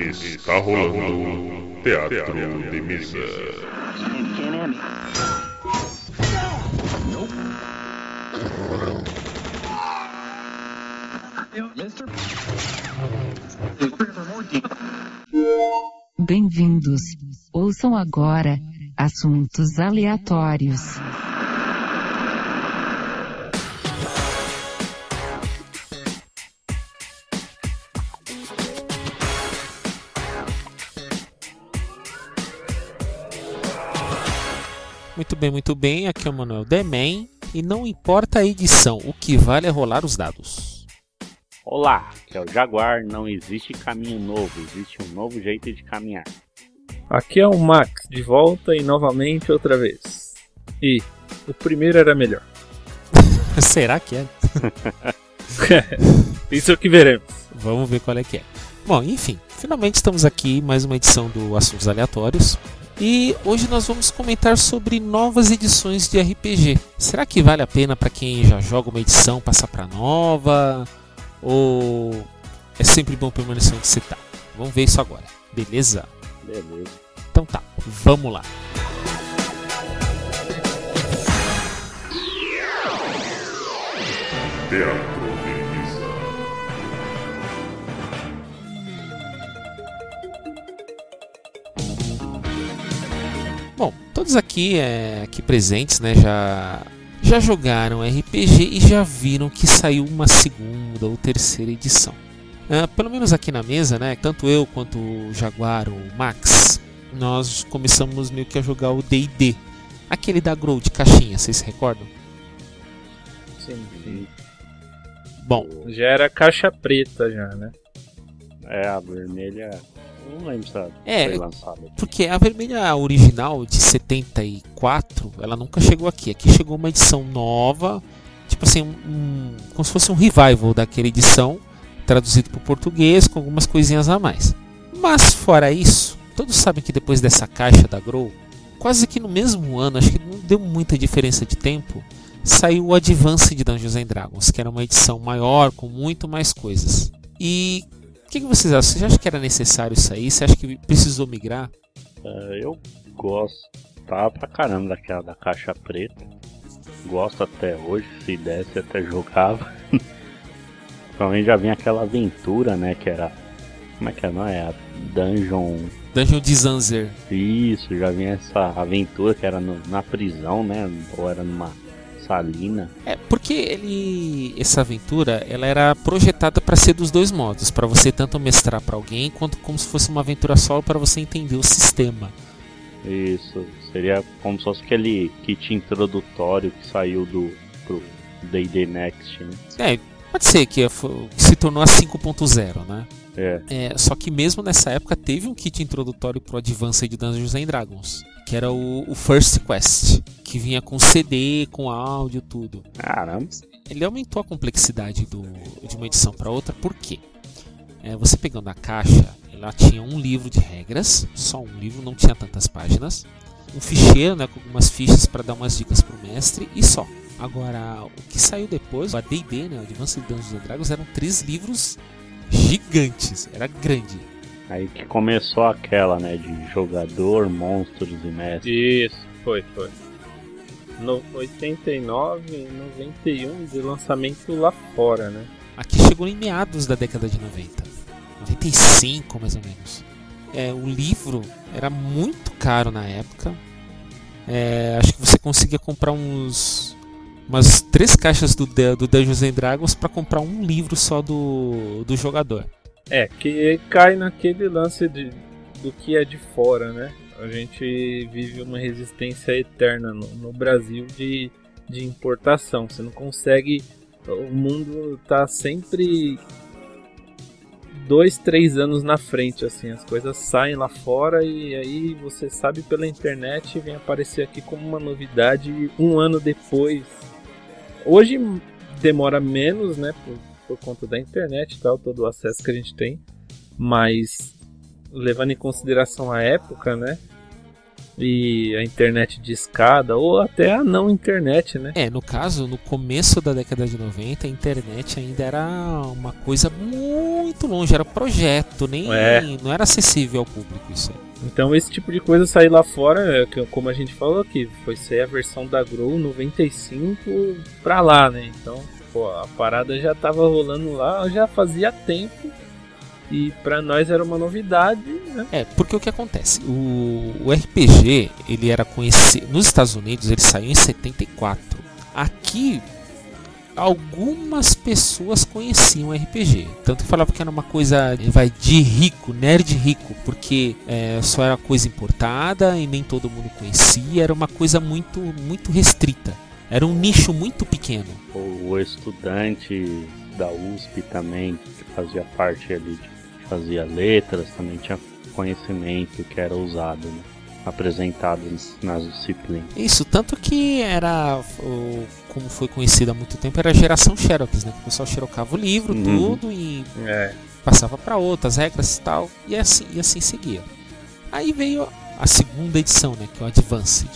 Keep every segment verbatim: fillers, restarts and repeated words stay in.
Está rolando Teatro de Mesa. Bem-vindos. Ouçam agora assuntos aleatórios. Muito bem, muito bem, aqui é o Manuel The Man, e não importa a edição, o que vale é rolar os dados. Olá, aqui é o Jaguar, não existe caminho novo, existe um novo jeito de caminhar. Aqui é o Max, de volta e novamente outra vez. E o primeiro era melhor. Será que é? Isso é o que veremos. Vamos ver qual é que é. Bom, enfim, finalmente estamos aqui, mais uma edição do Assuntos Aleatórios. E hoje nós vamos comentar sobre novas edições de R P G. Será que vale a pena para quem já joga uma edição passar para nova? Ou é sempre bom permanecer onde você está? Vamos ver isso agora, beleza? Beleza. Então tá, vamos lá. Teatro de Mesa. Bom, todos aqui, é, aqui presentes, né, já, já jogaram R P G e já viram que saiu uma segunda ou terceira edição. Uh, pelo menos aqui na mesa, né, tanto eu quanto o Jaguar, o Max, nós começamos meio que a jogar o D e D. Aquele da Grow de caixinha, vocês se recordam? Sim. Bom, Já era caixa preta já, né? É, a vermelha, não lembro se ela É, foi lançada. porque a vermelha original de setenta e quatro, ela nunca chegou aqui. Aqui chegou uma edição nova, tipo assim, um, como se fosse um revival daquela edição, traduzido para o português, com algumas coisinhas a mais. Mas fora isso, todos sabem que depois dessa caixa da Grow, quase que no mesmo ano, acho que não deu muita diferença de tempo, saiu o Advance de Dungeons and Dragons, que era uma edição maior, com muito mais coisas. E o que, que vocês acham? Vocês acham que era necessário isso aí? Você acha que precisou migrar? Uh, eu gosto, tá pra caramba daquela da caixa preta. Gosto até hoje, se desse até jogava. Provavelmente já vinha aquela aventura, né, que era... Como é que é, não é? A Dungeon... Dungeon de Zanzer. Isso, já vinha essa aventura que era no, na prisão, né, ou era numa salina. É, porque ele... Essa aventura, ela era projetada para ser dos dois modos. Para você tanto mestrar para alguém, quanto como se fosse uma aventura solo para você entender o sistema. Isso, seria como se fosse aquele kit introdutório que saiu do pro D e D Next, né? É, pode ser que se tornou a cinco ponto zero, né? É. É, só que mesmo nessa época teve um kit introdutório pro Advance de Dungeons and Dragons, que era o, o First Quest, que vinha com C D, com áudio, tudo. Caramba. Ele aumentou a complexidade do, de uma edição para outra, por quê? É, você pegando a caixa, ela tinha um livro de regras, só um livro, não tinha tantas páginas, um ficheiro, né, com algumas fichas para dar umas dicas pro mestre e só. Agora, o que saiu depois, o D e D, né, o Advanced Dungeons and Dragons, eram três livros gigantes, era grande. Aí que começou aquela, né, de jogador, monstros e mestre. Isso, foi, foi. No oitenta e nove e noventa e um de lançamento lá fora, né? Aqui chegou em meados da década de noventa, noventa e cinco mais ou menos. É, o livro era muito caro na época. É, acho que você conseguia comprar uns umas três caixas do, do Dungeons and Dragons para comprar um livro só do, do jogador. É, que cai naquele lance de, do que é de fora, né? A gente vive uma resistência eterna no, no Brasil de, de importação. Você não consegue... O mundo tá sempre dois, três anos na frente, assim. As coisas saem lá fora e aí você sabe pela internet e vem aparecer aqui como uma novidade um ano depois. Hoje demora menos, né, por, por conta da internet e tal, todo o acesso que a gente tem, mas levando em consideração a época, né, e a internet de escada, ou até a não internet, né? É, no caso, no começo da década de noventa, a internet ainda era uma coisa muito longe, era projeto, nem É. não era acessível ao público isso aí. Então esse tipo de coisa sair lá fora, que, como a gente falou aqui, foi ser a versão da Grow noventa e cinco pra lá, né? Então, pô, a parada já tava rolando lá, já fazia tempo. E pra nós era uma novidade, né? É, porque o que acontece? O, o R P G, ele era conhecido... Nos Estados Unidos, ele saiu em setenta e quatro. Aqui, algumas pessoas conheciam R P G. Tanto que falava que era uma coisa vai, de rico, nerd rico. Porque é, só era coisa importada e nem todo mundo conhecia. Era uma coisa muito, muito restrita. Era um nicho muito pequeno. O estudante da U S P também, que fazia parte ali de fazia letras, também tinha conhecimento que era usado, né? Apresentado nas disciplinas. Isso, tanto que era, o, como foi conhecido há muito tempo, era a geração Xerox, né? Que o pessoal xerocava o livro, Uhum. tudo, e É. passava para outras regras e tal, e assim, e assim seguia. Aí veio a segunda edição, né? Que é o Advanced.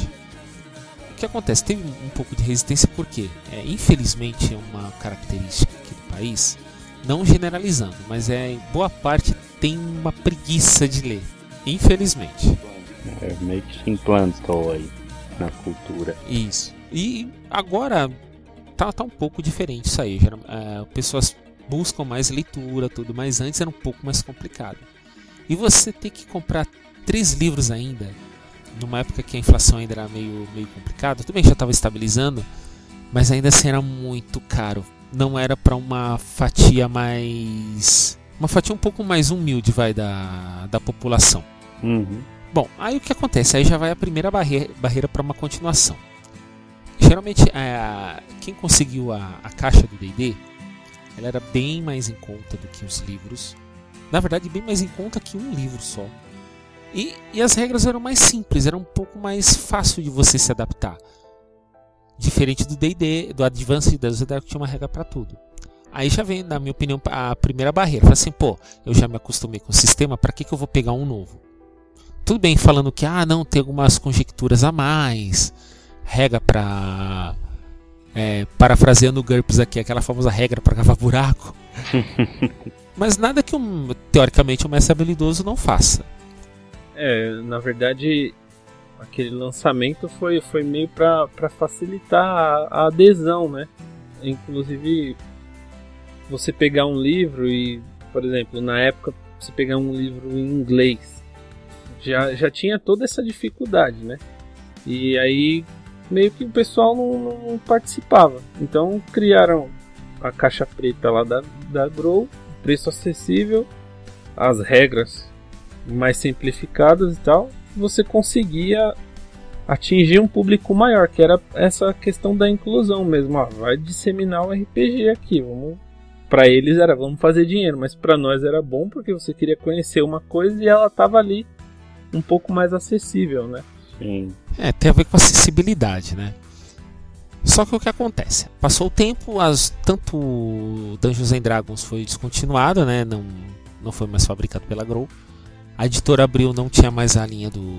O que acontece? Teve um pouco de resistência porque, é, infelizmente, é uma característica aqui do país. Não generalizando, mas é em boa parte tem uma preguiça de ler, infelizmente. É, meio que se implantou aí na cultura. Isso. E agora tá, tá um pouco diferente isso aí. Geral, é, pessoas buscam mais leitura, tudo, mas antes era um pouco mais complicado. E você ter que comprar três livros ainda, numa época que a inflação ainda era meio, meio complicada, tudo bem, já estava estabilizando, mas ainda assim era muito caro. Não era para uma fatia mais... Uma fatia um pouco mais humilde, vai, da, da população. Uhum. Bom, aí o que acontece? Aí já vai a primeira barreira, barreira para uma continuação. Geralmente, a, quem conseguiu a, a caixa do D e D, ela era bem mais em conta do que os livros. Na verdade, bem mais em conta que um livro só. E, e as regras eram mais simples, era um pouco mais fácil de você se adaptar. Diferente do D e D, do Advanced e Dungeons and Dragons, que tinha uma regra para tudo. Aí já vem, na minha opinião, a primeira barreira. Fala assim, pô, eu já me acostumei com o sistema, para que, que eu vou pegar um novo? Tudo bem falando que, ah, não, tem algumas conjecturas a mais, regra para... É, parafraseando o GURPS aqui, aquela famosa regra para cavar buraco. Mas nada que, um, teoricamente, um mestre habilidoso não faça. É, na verdade... Aquele lançamento foi, foi meio para facilitar a, a adesão, né? Inclusive, você pegar um livro e, por exemplo, na época, você pegar um livro em inglês, já, já tinha toda essa dificuldade, né? E aí, meio que o pessoal não, não participava. Então, criaram a caixa preta lá da, da Grow, preço acessível, as regras mais simplificadas e tal. Você conseguia atingir um público maior, que era essa questão da inclusão mesmo. Ah, vai disseminar o R P G aqui, vamos... Para eles era vamos fazer dinheiro, mas para nós era bom porque você queria conhecer uma coisa e ela estava ali um pouco mais acessível, né? Sim. É, tem a ver com acessibilidade, né? Só que o que acontece? Passou o tempo, as, tanto Dungeons and Dragons foi descontinuado, né? Não, não foi mais fabricado pela Grow. A editora Abril não tinha mais a linha do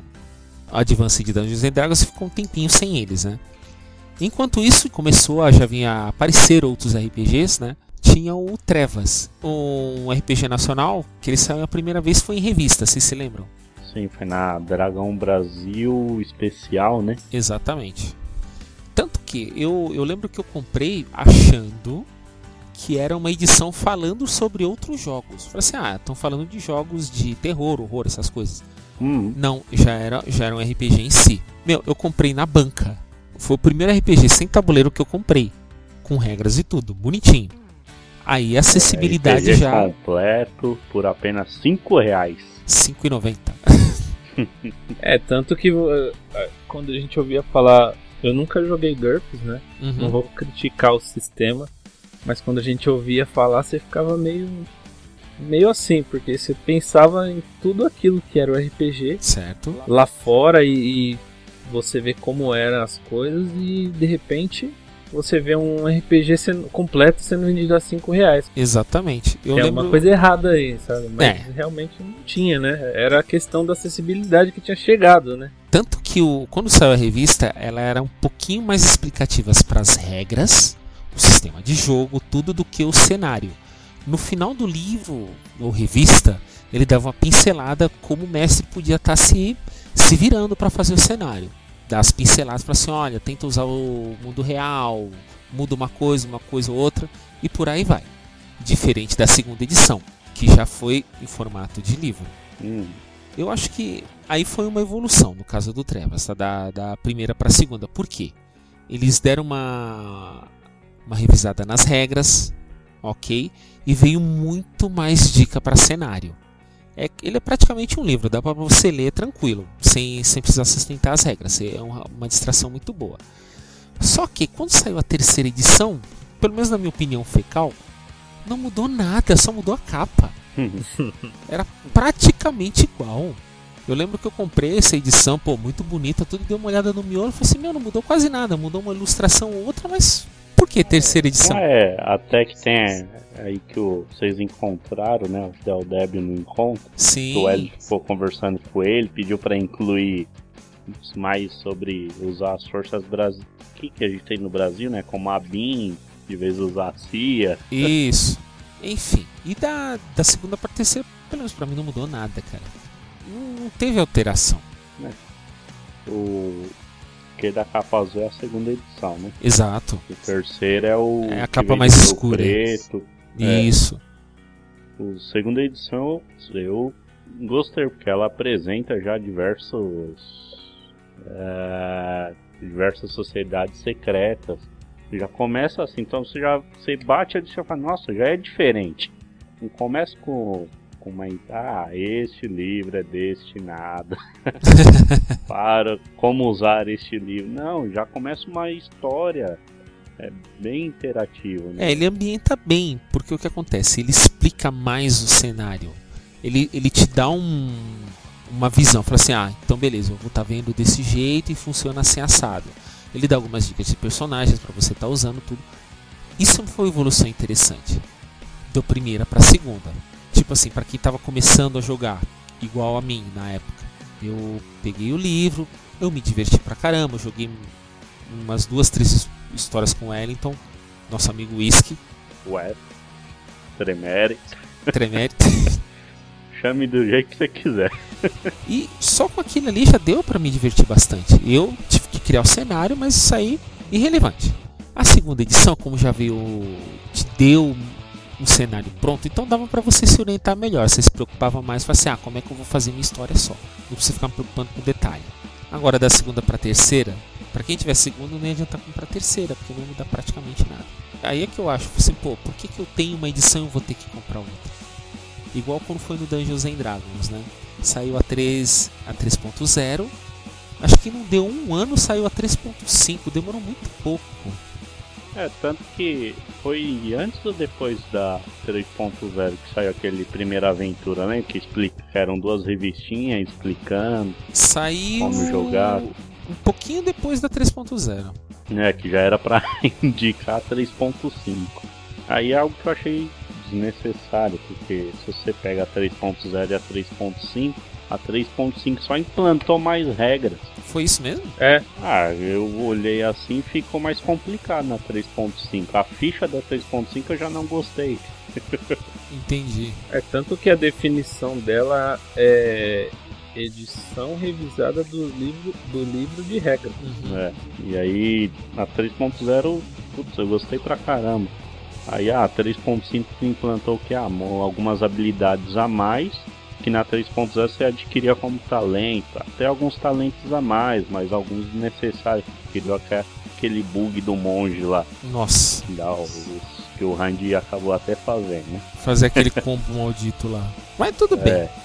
Advanced Dungeons and Dragons e ficou um tempinho sem eles, né? Enquanto isso, começou a já vinha a aparecer outros R P Gs, né? Tinha o Trevas, um R P G nacional que ele saiu a primeira vez foi em revista, vocês se lembram? Sim, foi na Dragão Brasil Especial, né? Exatamente. Tanto que eu, eu lembro que eu comprei achando que era uma edição falando sobre outros jogos. Falei assim, ah, estão falando de jogos de terror, horror, essas coisas. Hum. Não, já era, já era um R P G em si. Meu, eu comprei na banca. Foi o primeiro R P G sem tabuleiro que eu comprei. Com regras e tudo, bonitinho. Aí a acessibilidade R P G já... completo por apenas cinco reais. cinco reais e noventa centavos. É, tanto que uh, quando a gente ouvia falar... Eu nunca joguei GURPS, né? Uhum. Não vou criticar o sistema. Mas quando a gente ouvia falar, você ficava meio... Meio assim, porque você pensava em tudo aquilo que era o R P G. Certo. Lá fora e, e você vê como eram as coisas e de repente... Você vê um R P G sendo, completo sendo vendido a cinco reais. Exatamente. Eu é lembro... uma coisa errada aí, sabe? Mas É. realmente não tinha, né? Era a questão da acessibilidade que tinha chegado, né? Tanto que o, quando saiu a revista, ela era um pouquinho mais explicativa para as regras, o sistema de jogo, tudo do que o cenário. No final do livro, ou revista, ele dava uma pincelada como o mestre podia estar se, se virando para fazer o cenário. Dá as pinceladas para assim, olha, tenta usar o mundo real, muda uma coisa, uma coisa ou outra, e por aí vai. Diferente da segunda edição, que já foi em formato de livro. Hum. Eu acho que aí foi uma evolução, no caso do Trevas, tá? da, da primeira para a segunda. Por quê? Eles deram uma, uma revisada nas regras, ok? E veio muito mais dica para cenário. É, ele é praticamente um livro, dá para você ler tranquilo, sem, sem precisar sustentar as regras. É uma, uma distração muito boa. Só que quando saiu a terceira edição, pelo menos na minha opinião fecal, não mudou nada, só mudou a capa. Era praticamente igual. Eu lembro que eu comprei essa edição, pô, muito bonita, tudo, dei uma olhada no miolo e falei assim, meu, não mudou quase nada, mudou uma ilustração ou outra, mas por que terceira edição? É, até que tem aí que o, vocês encontraram, né, o Del Deb no encontro. Sim. O Ed ficou conversando com ele, pediu pra incluir mais sobre usar as forças brasileiras que, que a gente tem no Brasil, né, como a B I M, de vez usar a C I A. Isso. Enfim, e da, da segunda pra terceira, pelo menos pra mim não mudou nada, cara. Não, não teve alteração. É. O que da capa azul é a segunda edição, né? Exato. O terceiro é o é a que capa vem mais de escura. preto. Isso. É. O segunda edição eu gostei, porque ela apresenta já diversos é, diversas sociedades secretas. Já começa assim, então você já você bate ali e fala, nossa, já é diferente. Não começa com, com uma. Ah, este livro é destinado para como usar este livro. Não, já começa uma história é, bem interativa. Né? É, ele ambienta bem, porque o que acontece? Ele explica mais o cenário. Ele, ele te dá um, uma visão. Fala assim, ah, então beleza, eu vou estar vendo desse jeito e funciona assim assado. Ele dá algumas dicas de personagens para você estar usando tudo. Isso foi uma evolução interessante. Da primeira para a segunda. Tipo assim, para quem estava começando a jogar, igual a mim na época. Eu peguei o livro, eu me diverti pra caramba. Eu joguei umas duas, três histórias com o Wellington, nosso amigo Whisky. Ué, Tremere. Tremere. Chame do jeito que você quiser. E só com aquilo ali já deu pra me divertir bastante. Eu tive que criar o cenário, mas isso aí é irrelevante. A segunda edição, como já veio, te deu um cenário pronto, então dava pra você se orientar melhor. Você se preocupava mais, falava assim, ah, como é que eu vou fazer minha história só? Não precisa ficar me preocupando com detalhe. Agora da segunda pra terceira, pra quem tiver segunda não ia adiantar comprar a terceira, porque não ia mudar praticamente nada. Aí é que eu acho, assim, pô, por que, que eu tenho uma edição e eu vou ter que comprar outra? Igual quando foi no Dungeons and Dragons, né? Saiu a três, a três ponto zero. Acho que não deu um ano, saiu a três ponto cinco. Demorou muito pouco. É, tanto que foi antes ou depois da três ponto zero que saiu aquele Primeira Aventura, né? Que explica, que eram duas revistinhas explicando saiu como jogar. Um pouquinho depois da três ponto zero. É, que já era pra indicar a três ponto cinco. Aí é algo que eu achei desnecessário, porque se você pega a três ponto zero e a três ponto cinco, a três ponto cinco só implantou mais regras. Foi isso mesmo? É. Ah, eu olhei assim e ficou mais complicado na três ponto cinco. A ficha da três ponto cinco eu já não gostei. Entendi. É tanto que a definição dela é edição revisada do livro, do livro de regras. Uhum. É, e aí a três ponto zero, putz, eu gostei pra caramba. Aí a três ponto cinco implantou que ah, algumas habilidades a mais, que na três ponto zero você adquiria como talento, até alguns talentos a mais, mas alguns necessários, que deu aquele bug do monge lá. Nossa. Dá os, que o Randy acabou até fazendo, né? Fazer aquele combo maldito lá. Mas tudo bem. É.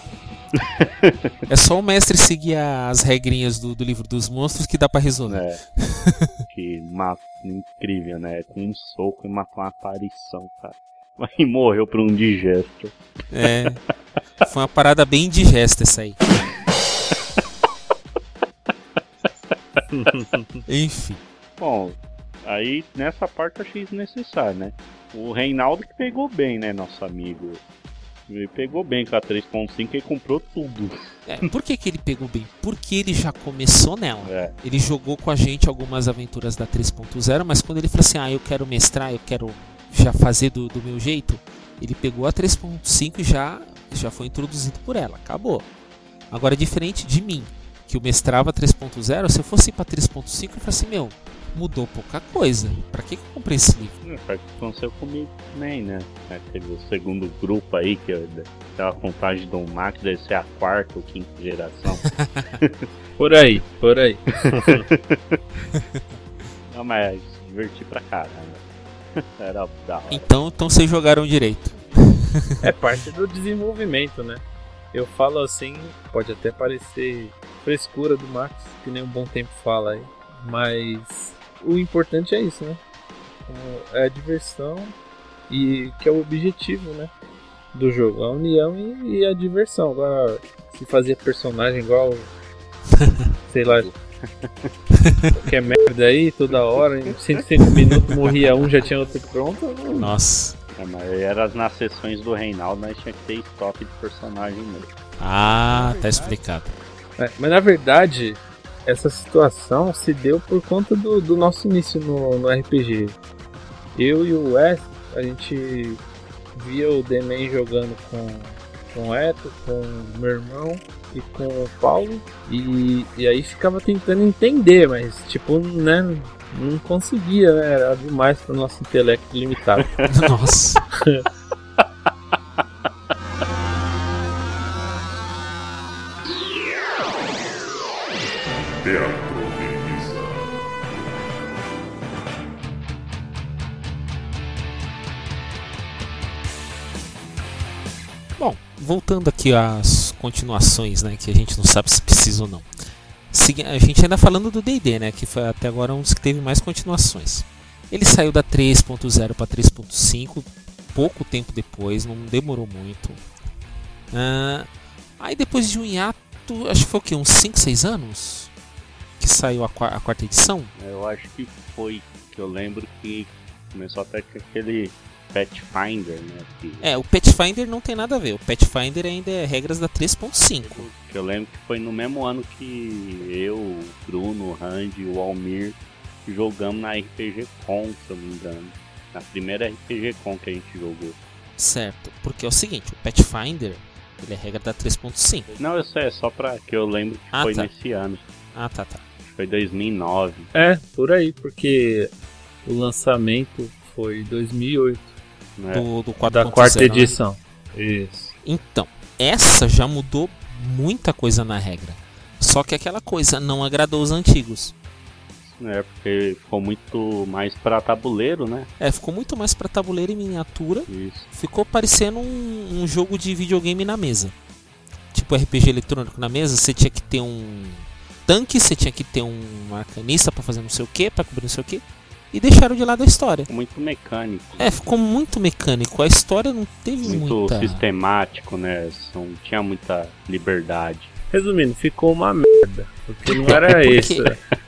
É só o mestre seguir as regrinhas do, do livro dos monstros que dá pra resolver. É. Que mata, incrível, né? Com um soco e matou uma aparição, cara. E morreu por um digesto. É. Foi uma parada bem indigesta essa aí. Enfim. Bom, aí nessa parte eu achei desnecessário, né? O Reinaldo que pegou bem, né? Nosso amigo Ele pegou bem com a três ponto cinco e comprou tudo. É, por que, que ele pegou bem? Porque ele já começou nela. É. Ele jogou com a gente algumas aventuras da três ponto zero, mas quando ele falou assim, ah, eu quero mestrar, eu quero já fazer do, do meu jeito, ele pegou a três ponto cinco e já, já foi introduzido por ela, acabou. Agora, diferente de mim, que eu mestrava três ponto zero, se eu fosse ir pra três ponto cinco, eu falei assim, meu, mudou pouca coisa. Pra que, que eu comprei esse livro? Foi o que aconteceu comigo também, né? É, teve o segundo grupo aí, que eu tava com vontade de domar, que deve ser a quarta ou quinta geração. Por aí, por aí. Não, mas se diverti pra caramba. Era da hora. Então, então vocês jogaram direito. É parte do desenvolvimento, né? Eu falo assim, pode até parecer frescura do Max, que nem um bom tempo fala aí. Mas o importante é isso, né? É a diversão e que é o objetivo, né? Do jogo, a união e, e a diversão. Agora, se fazia personagem igual, sei lá, qualquer merda aí, toda hora, em cento e cinco minutos morria um, já tinha outro pronto. Não. Nossa. É, mas era nas sessões do Reinaldo, nós tinha que ter estoque de personagem mesmo. Ah, tá explicado. É, mas na verdade, essa situação se deu por conta do, do nosso início no, no R P G. Eu e o Wes, a gente via o D-Man jogando com, com o Eto, com o meu irmão e com o Paulo, e, e aí ficava tentando entender, mas tipo, né, não conseguia, né, era demais para o nosso intelecto limitado. Nossa. Teatro de Mesa. Bom, voltando aqui às continuações, né, que a gente não sabe se precisa ou não. A gente ainda falando do D e D, né, que foi até agora um dos que teve mais continuações. Ele saiu da três ponto zero para três ponto cinco pouco tempo depois, não demorou muito. Ah, aí depois de um hiato, acho que foi o quê? Uns cinco, seis anos? Que saiu a, a quarta edição? Eu acho que foi, que eu lembro que começou até com aquele Pathfinder, né? Que, É, o Pathfinder não tem nada a ver. O Pathfinder ainda é regras da três ponto cinco. que eu lembro que foi no mesmo ano que eu, o Bruno, o Randy e o Almir jogamos na R P G Con, se eu não me engano. Na primeira R P G Con que a gente jogou. Certo, porque é o seguinte, o Pathfinder, ele é regra da três ponto cinco. Não, eu sei, é só pra que eu lembro que Ah, foi tá. nesse ano. Ah, tá, tá. Foi dois mil e nove. É, por aí, porque o lançamento foi em dois mil e oito, Né? Do, do da quatro ponto zero, quarta né? edição. Isso. Então, essa já mudou muita coisa na regra. Só que aquela coisa não agradou os antigos. É, porque ficou muito mais pra tabuleiro, né? É, ficou muito mais pra tabuleiro e miniatura. Isso. Ficou parecendo um, um jogo de videogame na mesa. Tipo R P G eletrônico na mesa, você tinha que ter um tanque, você tinha que ter um arcanista pra fazer não sei o que, pra cobrir não sei o que. E deixaram de lado a história. Ficou muito mecânico. É, ficou muito mecânico. A história não teve Muito muita... sistemático, né? Não tinha muita liberdade. Resumindo, ficou uma merda. Porque não era Porque- isso.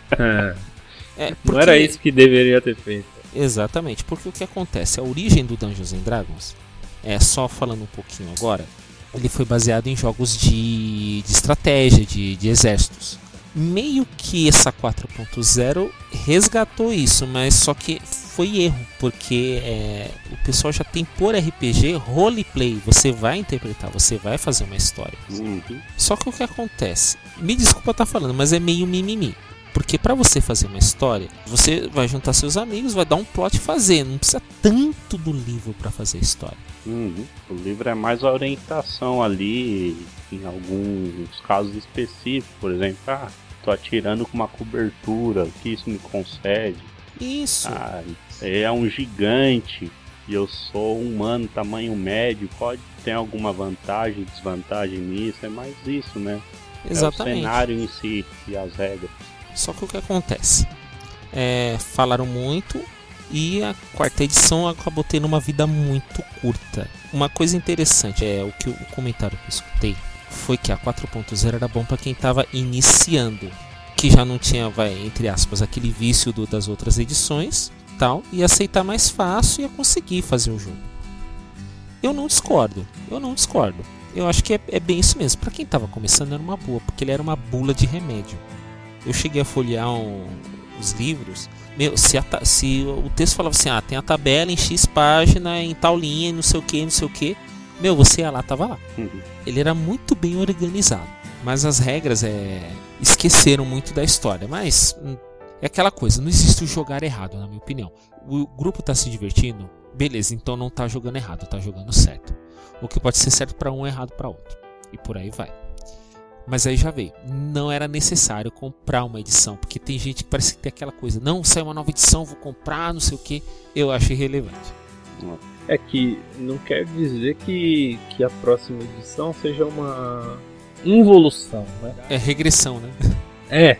É, É, não porque- era isso que deveria ter feito. Exatamente, porque o que acontece? A origem do Dungeons and Dragons, é só falando um pouquinho agora, ele foi baseado em jogos de, de estratégia, de, de exércitos. Meio que essa quatro ponto zero resgatou isso, mas só que foi erro, porque é, o pessoal já tem por R P G roleplay, você vai interpretar, você vai fazer uma história. Uhum. Só que o que acontece? Me desculpa estar falando, mas é meio mimimi. Porque pra você fazer uma história, você vai juntar seus amigos, vai dar um plot e fazer. Não precisa tanto do livro pra fazer a história. Uhum. O livro é mais a orientação ali, em alguns casos específicos. Por exemplo, ah, tô atirando com uma cobertura, o que isso me concede? Isso. Ah, é um gigante e eu sou um humano tamanho médio, pode ter alguma vantagem, desvantagem nisso, é mais isso, né? É o Exatamente. cenário em si e as regras. Só que o que acontece? É, falaram muito e a quarta edição acabou tendo uma vida muito curta. Uma coisa interessante, é o que o comentário que eu escutei foi que a quatro ponto zero era bom para quem estava iniciando, que já não tinha, vai, entre aspas, aquele vício do, das outras edições, tal, e aceitar mais fácil e ia conseguir fazer o jogo. Eu não discordo, eu não discordo. Eu acho que é, é bem isso mesmo. Pra quem tava começando era uma boa, porque ele era uma bula de remédio. Eu cheguei a folhear um, os livros. Meu, se, a, se o texto falava assim, ah, tem a tabela em X página, em tal linha, não sei o que, não sei o que. Meu, você ia lá, tava lá. Uhum. Ele era muito bem organizado. Mas as regras é, esqueceram muito da história. Mas hum, é aquela coisa, não existe o jogar errado, na minha opinião. O grupo tá se divertindo, beleza, então não tá jogando errado, tá jogando certo. O que pode ser certo para um é errado para outro. E por aí vai. Mas aí já veio. Não era necessário comprar uma edição. Porque tem gente que parece que tem aquela coisa. Não, sai uma nova edição, vou comprar, não sei o que. Eu acho irrelevante. É que não quer dizer que, que a próxima edição seja uma involução, né? É regressão, né? É.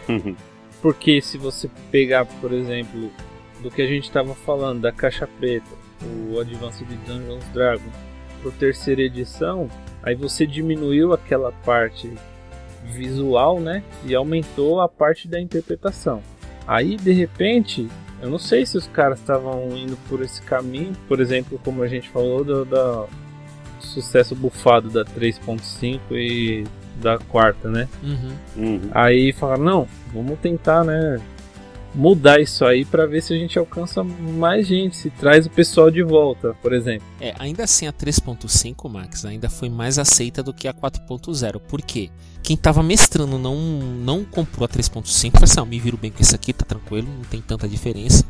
Porque se você pegar, por exemplo, do que a gente estava falando, da Caixa Preta, o Advanced Dungeons Dragons, por terceira edição, aí você diminuiu aquela parte visual, né? E aumentou a parte da interpretação. Aí, de repente, eu não sei se os caras estavam indo por esse caminho, por exemplo, como a gente falou do, do sucesso bufado da três ponto cinco e da quarta, né? Uhum. Uhum. Aí falaram, não, vamos tentar, né, mudar isso aí pra ver se a gente alcança mais gente, se traz o pessoal de volta, por exemplo. É, ainda assim a três ponto cinco, Max, ainda foi mais aceita do que a quatro ponto zero. Por quê? Quem tava mestrando não, não comprou a três ponto cinco, falou assim, ah, me viro bem com isso aqui, tá tranquilo, não tem tanta diferença.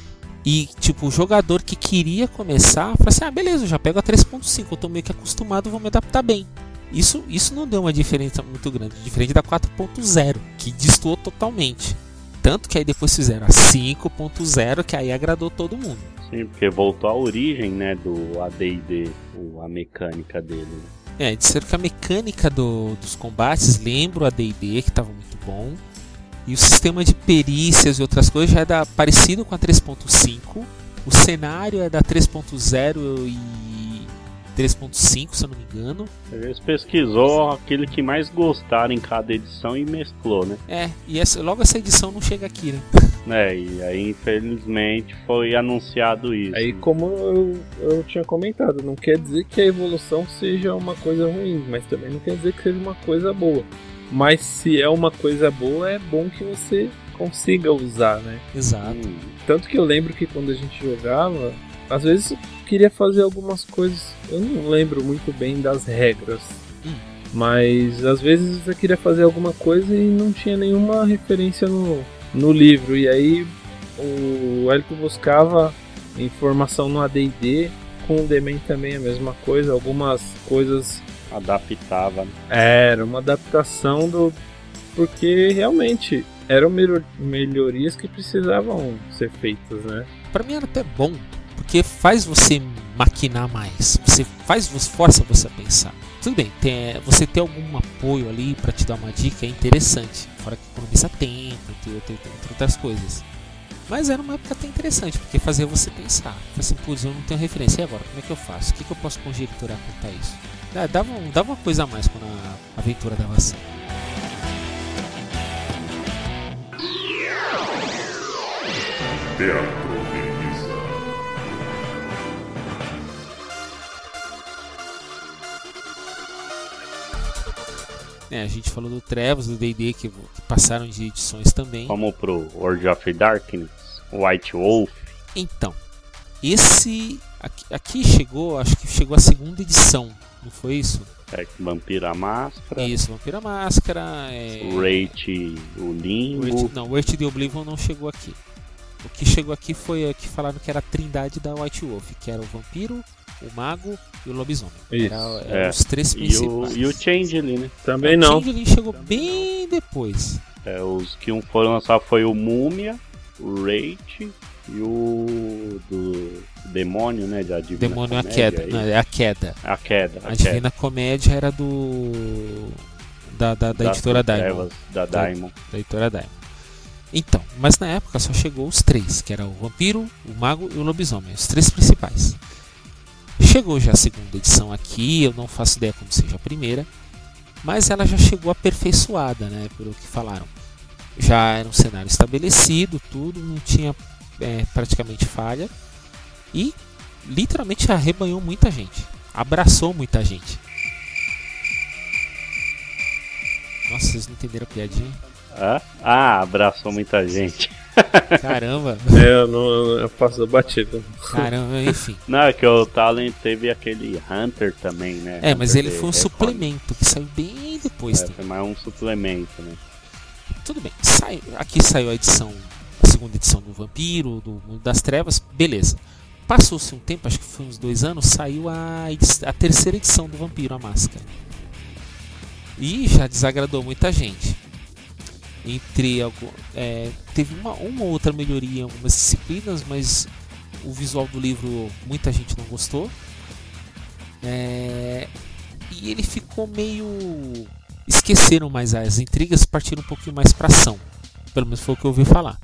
E, tipo, o jogador que queria começar, falou assim, ah, beleza, eu já pego a três ponto cinco, eu tô meio que acostumado, vou me adaptar bem. Isso, isso não deu uma diferença muito grande, diferente da quatro ponto zero, que destoou totalmente. Tanto que aí depois fizeram a cinco ponto zero, que aí agradou todo mundo. Sim, porque voltou à origem, né, do A D e D, a mecânica dele. É, disseram que a mecânica do, dos combates lembra o A D e D, que estava muito bom. E o sistema de perícias e outras coisas já é da, parecido com a três ponto cinco. O cenário é da três ponto zero e três ponto cinco, se eu não me engano. Eles pesquisou aquilo que mais gostaram em cada edição e mesclou, né? É, e essa, logo essa edição não chega aqui, né? É, e aí infelizmente foi anunciado isso. Aí, como eu, eu tinha comentado, não quer dizer que a evolução seja uma coisa ruim, mas também não quer dizer que seja uma coisa boa. Mas se é uma coisa boa, é bom que você consiga usar, né? Exato. Hum. Tanto que eu lembro que quando a gente jogava, às vezes eu queria fazer algumas coisas, eu não lembro muito bem das regras, Hum. mas às vezes eu queria fazer alguma coisa e não tinha nenhuma referência no, no livro, e aí o Elton buscava informação no A D e D, com o D-Man também a mesma coisa, algumas coisas Adaptava. era uma adaptação do, porque realmente eram melhor, melhorias que precisavam ser feitas, né? Pra mim era até bom, porque faz você maquinar mais, você faz, força você a pensar. Tudo bem, tem, você ter algum apoio ali pra te dar uma dica é interessante, fora que economiza tempo, entre, entre, entre outras coisas. Mas era uma época até interessante, porque fazia você pensar. Assim, putz, eu não tenho referência, e agora? Como é que eu faço? O que, que eu posso conjecturar quanto a isso? Dava, dava uma coisa a mais quando a aventura dava certo. Teatro de Mesa. É, a gente falou do Trevos, do D e D, que, que passaram de edições também. Vamos pro World of Darkness, White Wolf. Então, esse aqui, aqui chegou, acho que chegou a segunda edição, não foi isso? É, Vampira Máscara. Isso, Vampira Máscara. É... O Wraith, o Limbo. Wraith, não, o Wraith de Oblivion não chegou aqui. O que chegou aqui foi que falaram que era a trindade da White Wolf, que era o vampiro, o mago e o lobisomem. Isso, era, era é. os três E principais. o, e o Changeling, né? Também o não. Changeling chegou bem depois. É, os que um foram lançar foi o Múmia, o Wraith e o do demônio, né? Da Divina Demônio é a Comédia, queda. aí. Não, é a queda. A queda. A, A, Divina Comédia era do. Da, da, da Das editora Diamond. Trevas, Da Diamond. Da editora Diamond. Então, mas na época só chegou os três, que era o vampiro, o mago e o lobisomem, os três principais. Chegou já a segunda edição aqui, eu não faço ideia como seja a primeira, mas ela já chegou aperfeiçoada, né, pelo que falaram. Já era um cenário estabelecido, tudo, não tinha é, praticamente falha. E literalmente arrebanhou muita gente, abraçou muita gente. Nossa, vocês não entenderam a piadinha? Ah, ah abraçou muita gente. Caramba. É, eu não eu passo batido. Caramba, enfim. Não, é que o Talent teve aquele Hunter também, né? É, mas Hunter ele de foi um Recon. suplemento que saiu bem depois. É, também. foi mais um suplemento, né? Tudo bem, sai, aqui saiu a edição, a segunda edição do Vampiro, do Mundo das Trevas, beleza. Passou-se um tempo, acho que foi uns dois anos, saiu a, edi- a terceira edição do Vampiro, a Máscara. E já desagradou muita gente. Entre algu- é, teve uma, uma ou outra melhoria em algumas disciplinas, mas o visual do livro muita gente não gostou. É, e ele ficou meio... Esqueceram mais as intrigas, partiram um pouquinho mais pra ação. Pelo menos foi o que eu ouvi falar.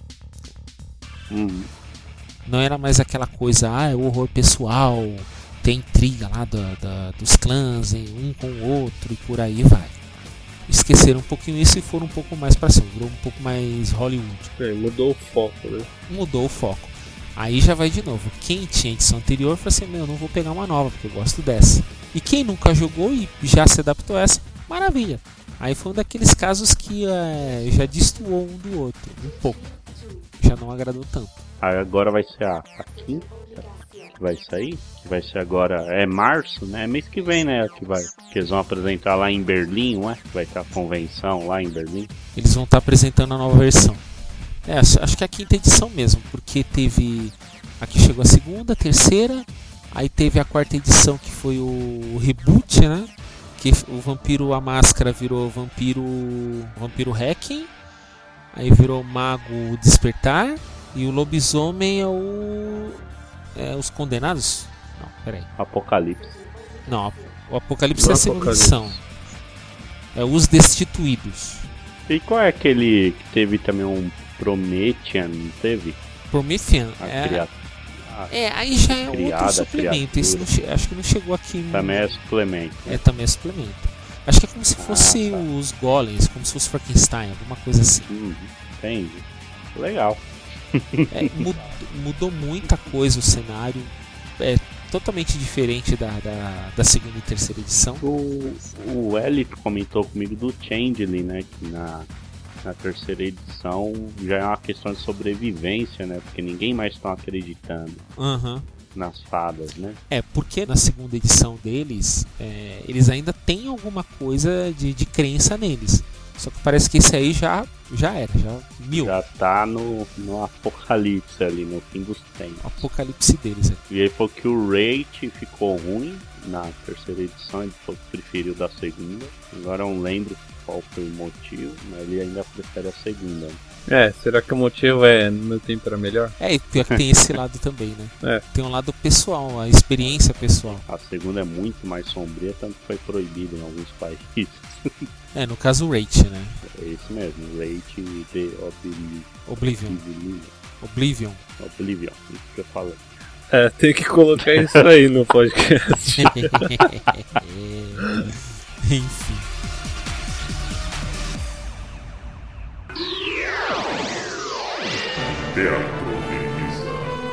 Uhum. Não era mais aquela coisa, ah, é o horror pessoal, tem intriga lá da, da, dos clãs, hein, um com o outro e por aí vai. Esqueceram um pouquinho isso e foram um pouco mais pra ação, virou um pouco mais Hollywood. É, mudou o foco, né? Mudou o foco. Aí já vai de novo. Quem tinha edição anterior falou assim, meu, eu não vou pegar uma nova, porque eu gosto dessa. E quem nunca jogou e já se adaptou a essa, maravilha. Aí foi um daqueles casos que é, já destoou um do outro, um pouco. Já não agradou tanto. Aí agora vai ser a, a quinta que vai sair, que vai ser agora, é março, né? É mês que vem, né? Que, vai, que eles vão apresentar lá em Berlim, não é? Que vai ter a convenção lá em Berlim. Eles vão estar apresentando a nova versão. É, acho, acho que é a quinta edição mesmo, porque teve... Aqui chegou a segunda, a terceira, aí teve a quarta edição que foi o reboot, né? Que o Vampiro a Máscara virou Vampiro Vampiro Hacking, aí virou Mago Despertar, e o Lobisomem é o... É os Condenados? Não, peraí. Apocalipse. Não, o Apocalipse O é a segunda Apocalipse. edição. É os Destituídos. E qual é aquele que teve também um Promethean, não teve? Promethean A é... cria- É, aí já é Criada, outro suplemento. Esse não che- acho que não chegou aqui. no- Também é suplemento. É, também é suplemento. Acho que é como se Ah, fosse tá. os Golems, como se fosse Frankenstein, alguma coisa assim. Hum, entendi. Legal. É, mud- mudou muita coisa o cenário. É totalmente diferente da, da, da segunda e terceira edição. O, o Elliot comentou comigo do Changeling, né? Que na, na terceira edição já é uma questão de sobrevivência, né? Porque ninguém mais está acreditando Aham. nas fadas, né? É, porque na segunda edição deles, é, eles ainda têm alguma coisa de, de crença neles. Só que parece que esse aí já, já era, já mil. Já tá no, no apocalipse ali, no fim dos tempos. O apocalipse deles. É. E aí foi que o rate ficou ruim na terceira edição, ele falou que preferiu da segunda. Agora eu não lembro qual foi o motivo, mas ele ainda prefere a segunda. É, será que o motivo é no meu tempo era melhor? É, e pior que tem esse lado também, né? É. Tem um lado pessoal, a experiência pessoal. A segunda é muito mais sombria, tanto que foi proibido em alguns países. É, no caso o Rate, né? É isso mesmo, Rate de Oblivion. Oblivion. Oblivion. Oblivion, isso que eu falei. É, tem que colocar isso aí no podcast. Enfim. Teatro de mesa.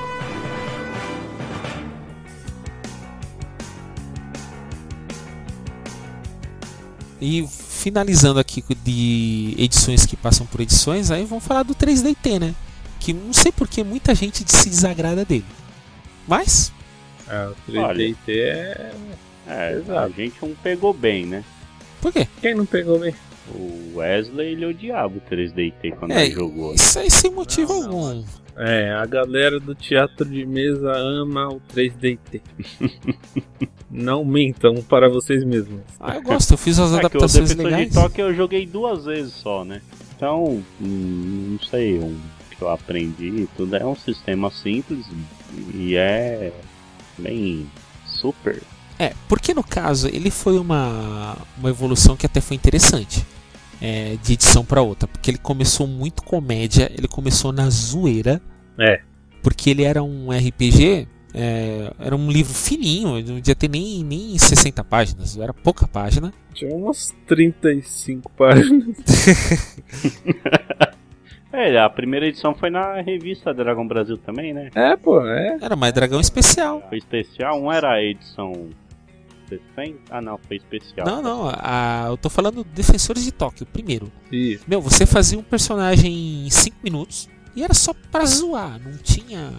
E finalizando aqui de edições que passam por edições, aí vamos falar do três D T, né? Que não sei porque muita gente se desagrada dele. Mas, Ah, o três D T é... É, Exato. a gente não pegou bem, né? por quê? Quem não pegou bem? O Wesley, ele odiava o três D T quando É, ele jogou. isso aí sem motivo Não, algum. É, a galera do teatro de mesa ama o três D T. Não mintam para vocês mesmos. Ah, eu gosto, eu fiz as É que o adaptações Defensor legais. de Tóquio eu joguei duas vezes só, né? Então, hum, não sei, o que eu aprendi e tudo é um sistema simples e é bem super. É, porque no caso ele foi uma, uma evolução que até foi interessante, é, de edição para outra, porque ele começou muito comédia, ele começou na zoeira, É. porque ele era um R P G, é, era um livro fininho, ele não devia ter nem, nem sessenta páginas, era pouca página. Tinha umas trinta e cinco páginas. É, a primeira edição foi na revista Dragão Brasil também, né? É, pô, é. Era mais dragão especial. Foi especial, um era a edição sessenta? Ah não, foi especial. Não, não, a, eu tô falando Defensores de Tóquio, primeiro. Isso. Meu, você fazia um personagem em cinco minutos e era só pra zoar, não tinha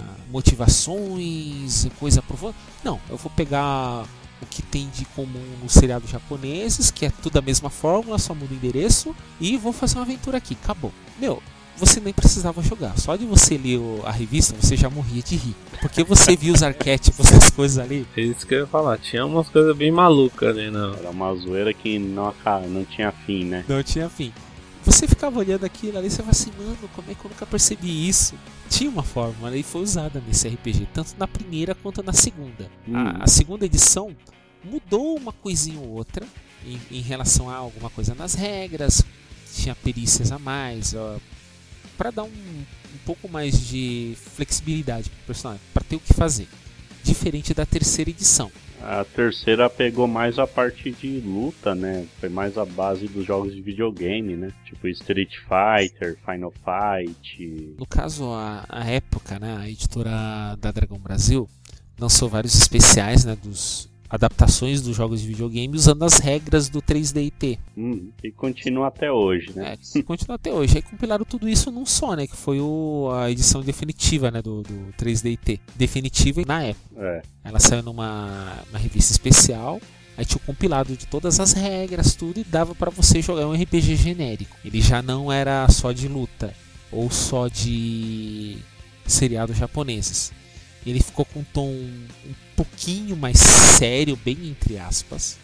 motivações, coisa profunda. Não, eu vou pegar o que tem de comum nos seriados japoneses, que é tudo a mesma fórmula, só muda o endereço, e vou fazer uma aventura aqui, acabou. Meu, você nem precisava jogar, só de você ler a revista você já morria de rir, porque você via os arquétipos das coisas ali. É isso que eu ia falar, tinha umas coisas bem malucas ali, não. Era uma zoeira que não, não tinha fim, né? Não tinha fim. Você ficava olhando aquilo ali e você fala assim, mano, como é que eu nunca percebi isso? Tinha uma fórmula e foi usada nesse R P G, tanto na primeira quanto na segunda. Hum. A, a segunda edição mudou uma coisinha ou outra em, em relação a alguma coisa nas regras, tinha perícias a mais, ó, para dar um, um pouco mais de flexibilidade pro personagem, para ter o que fazer. Diferente da terceira edição. A terceira pegou mais a parte de luta, né? Foi mais a base dos jogos de videogame, né? Tipo Street Fighter, Final Fight. No caso, a, a época, né? A editora da Dragão Brasil lançou vários especiais, né? Dos adaptações dos jogos de videogame usando as regras do três D T. Hum, e continua até hoje, né? É, continua até hoje. Aí compilaram tudo isso num só, né? Que foi o, a edição definitiva, né? Do, do três D T. Definitiva na época. É. Ela saiu numa uma revista especial. Aí tinha o compilado de todas as regras, tudo, e dava pra você jogar um R P G genérico. Ele já não era só de luta ou só de seriados japoneses. Ele ficou com um tom um pouquinho mais sério, bem entre aspas.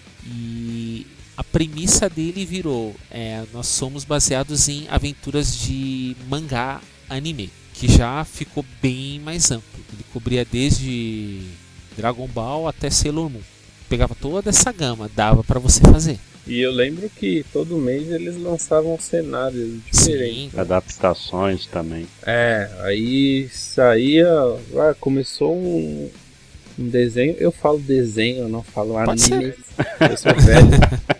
E a premissa dele virou: é, nós somos baseados em aventuras de mangá anime, que já ficou bem mais amplo. Ele cobria desde Dragon Ball até Sailor Moon. Pegava toda essa gama, dava pra você fazer. E eu lembro que todo mês eles lançavam cenários diferentes. Sim. Adaptações também. É, aí saía. Ah, começou um, um desenho. Eu falo desenho, eu não falo Pode anime. Eu sou velho.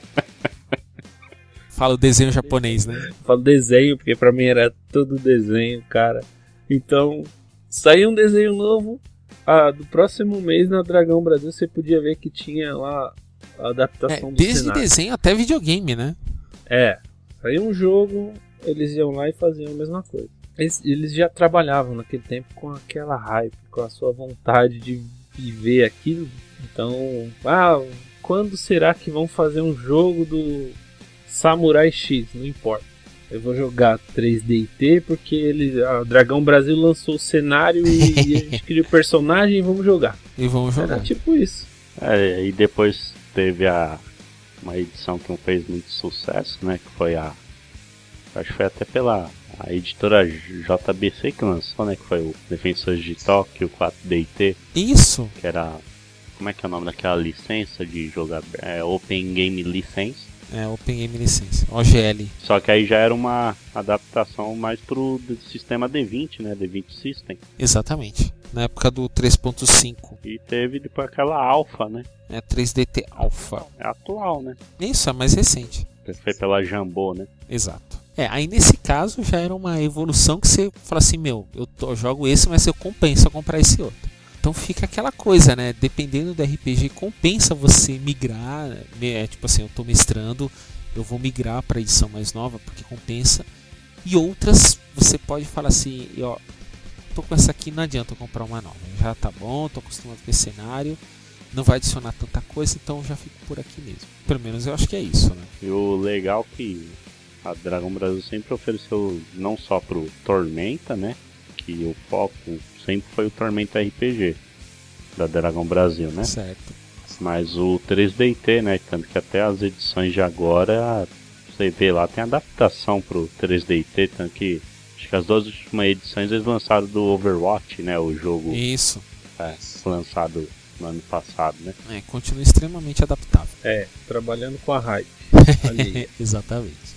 Fala o desenho japonês, né? Eu falo desenho, porque pra mim era tudo desenho, cara. Então, saía um desenho novo. Ah, do próximo mês na Dragão Brasil você podia ver que tinha lá a adaptação É, do desde cenário. desenho até videogame, né? É, aí um jogo, eles iam lá e faziam a mesma coisa. Eles, eles já trabalhavam naquele tempo com aquela hype, com a sua vontade de viver aquilo. Então, ah, quando será que vão fazer um jogo do Samurai X? Não importa. Eu vou jogar três D T porque ele, a Dragão Brasil lançou o cenário e, e a gente cria o personagem e vamos jogar. E vamos jogar. Era tipo isso. É, e depois teve a uma edição que não fez muito sucesso, né? Que foi a. Acho que foi até pela a editora J B C que lançou, né? Que foi o Defensores de Tóquio quatro D T. Isso! Que era. Como é que é o nome daquela licença de jogar? É Open Game License. É, Open Game License, O G L. Só que aí já era uma adaptação mais pro sistema D vinte, né? D vinte System. Exatamente. Na época do três ponto cinco. E teve depois aquela Alpha, né? É três D T Alpha. É atual, né? Isso, é mais recente. Foi pela Jambô, né? Exato. É, aí nesse caso já era uma evolução que você fala assim, meu, eu, tô, eu jogo esse, mas eu compenso a comprar esse outro. Então fica aquela coisa, né? Dependendo do R P G, compensa você migrar. É, tipo assim, eu tô mestrando, eu vou migrar para edição mais nova porque compensa. E outras, você pode falar assim, ó, tô com essa aqui, não adianta eu comprar uma nova. Já tá bom, tô acostumado com esse cenário, não vai adicionar tanta coisa, então já fico por aqui mesmo. Pelo menos eu acho que é isso, né? E o legal é que a Dragão Brasil sempre ofereceu não só pro Tormenta, né? Que o foco sempre foi o Tormenta R P G da Dragão Brasil, né? Certo. Mas o três D T, né? Tanto que até as edições de agora, você vê lá, tem adaptação pro três D T, tanto que acho que as duas últimas edições eles lançaram do Overwatch, né? O jogo Isso. é, lançado no ano passado, né? É, continua extremamente adaptável. É, trabalhando com a hype. Ali. Exatamente.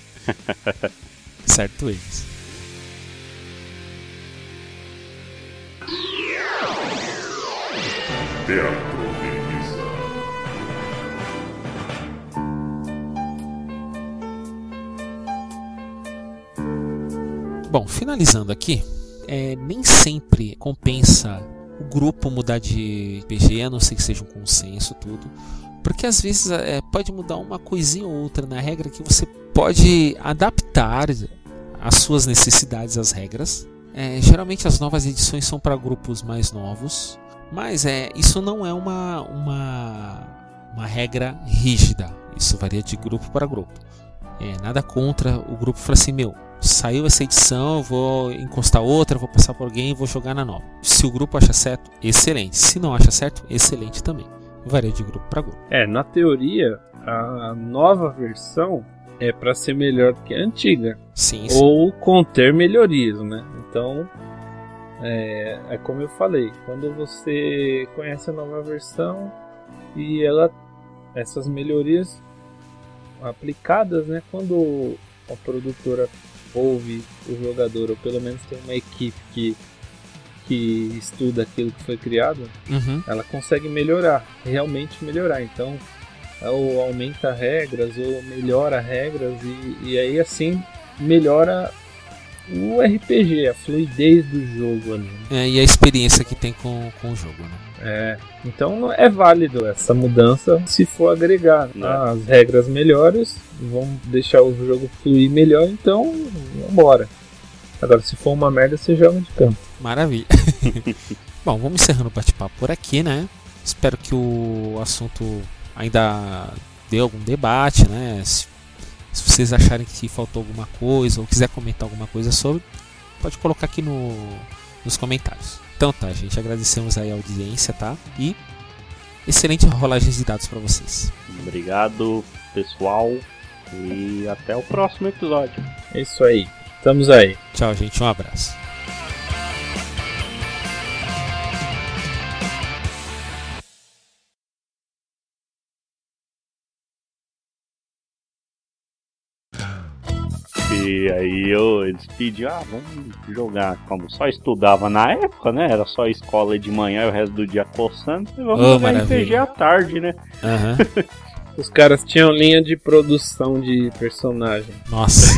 Certo eles. Teatro de Mesa. Bom, finalizando aqui, é, nem sempre compensa o grupo mudar de R P G, a não ser que seja um consenso, tudo. Porque às vezes é, pode mudar uma coisinha ou outra na regra que você pode adaptar às suas necessidades as regras. É, geralmente as novas edições são para grupos mais novos, mas é, isso não é uma, uma, uma regra rígida. Isso varia de grupo para grupo. É, nada contra o grupo falar assim, meu, saiu essa edição, eu vou encostar outra, vou passar por alguém e vou jogar na nova. Se o grupo acha certo, excelente. Se não acha certo, excelente também. Varia de grupo para grupo. É, na teoria, a nova versão é para ser melhor do que a antiga. Sim, sim. Ou conter melhorias, né? Então, é, é como eu falei, quando você conhece a nova versão e ela, essas melhorias aplicadas, né? Quando a produtora ouve o jogador, ou pelo menos tem uma equipe que que estuda aquilo que foi criado, uhum. ela consegue melhorar, realmente melhorar. Então, ou aumenta regras, ou melhora regras, e, e aí assim melhora o R P G, a fluidez do jogo ali. É, e a experiência que tem com, com o jogo, né? É, então é válido essa mudança se for agregar as regras melhores, vão deixar o jogo fluir melhor, então vambora. Agora, se for uma merda, você joga de campo. Maravilha. Bom, vamos encerrando o bate-papo por aqui, né? Espero que o assunto ainda dê algum debate, né? Se, se vocês acharem que faltou alguma coisa ou quiser comentar alguma coisa sobre, pode colocar aqui no, nos comentários. Então tá, gente, agradecemos aí a audiência, tá? E excelente rolagem de dados para vocês. Obrigado, pessoal, e até o próximo episódio. É isso aí. Estamos aí. Tchau, gente. Um abraço. E aí eu, eles pediam, ah, vamos jogar. Como só estudava na época, né? Era só escola de manhã e o resto do dia coçando. E vamos Oh, jogar maravilha. R P G à tarde, né? Uhum. Os caras tinham linha de produção de personagem. Nossa.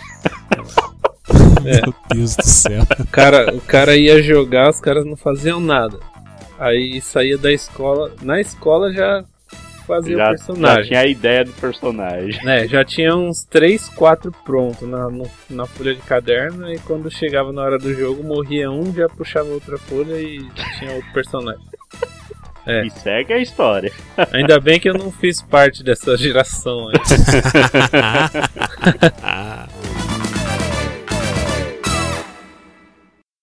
É. Meu Deus do céu. O cara, o cara ia jogar, os caras não faziam nada. Aí saía da escola, na escola já fazia Já, o personagem. já tinha a ideia do personagem. É, já tinha uns três, quatro pronto na, no, na folha de caderno, e quando chegava na hora do jogo, morria um, já puxava outra folha e tinha outro personagem. É. E segue a história. Ainda bem que eu não fiz parte dessa geração aí.